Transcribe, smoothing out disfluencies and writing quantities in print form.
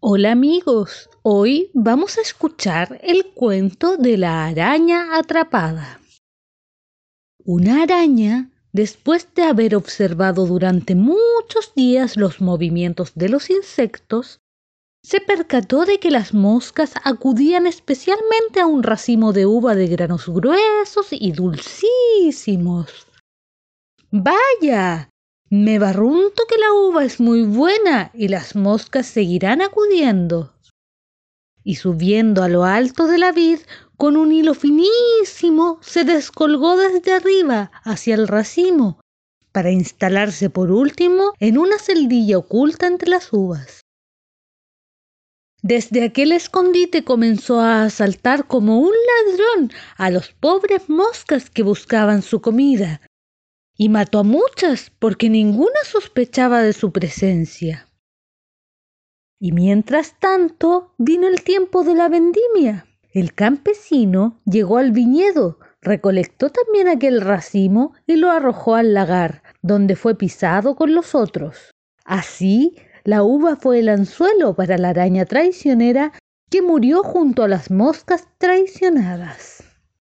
Hola amigos, hoy vamos a escuchar el cuento de la araña atrapada. Una araña, después de haber observado durante muchos días los movimientos de los insectos, se percató de que las moscas acudían especialmente a un racimo de uva de granos gruesos y dulcísimos. ¡Vaya! Me barrunto que la uva es muy buena y las moscas seguirán acudiendo. Y subiendo a lo alto de la vid, con un hilo finísimo, se descolgó desde arriba hacia el racimo, para instalarse por último en una celdilla oculta entre las uvas. Desde aquel escondite comenzó a asaltar como un ladrón a los pobres moscas que buscaban su comida, y mató a muchas porque ninguna sospechaba de su presencia. Y mientras tanto vino el tiempo de la vendimia. El campesino llegó al viñedo, recolectó también aquel racimo y lo arrojó al lagar, donde fue pisado con los otros. Así, la uva fue el anzuelo para la araña traicionera que murió junto a las moscas traicionadas.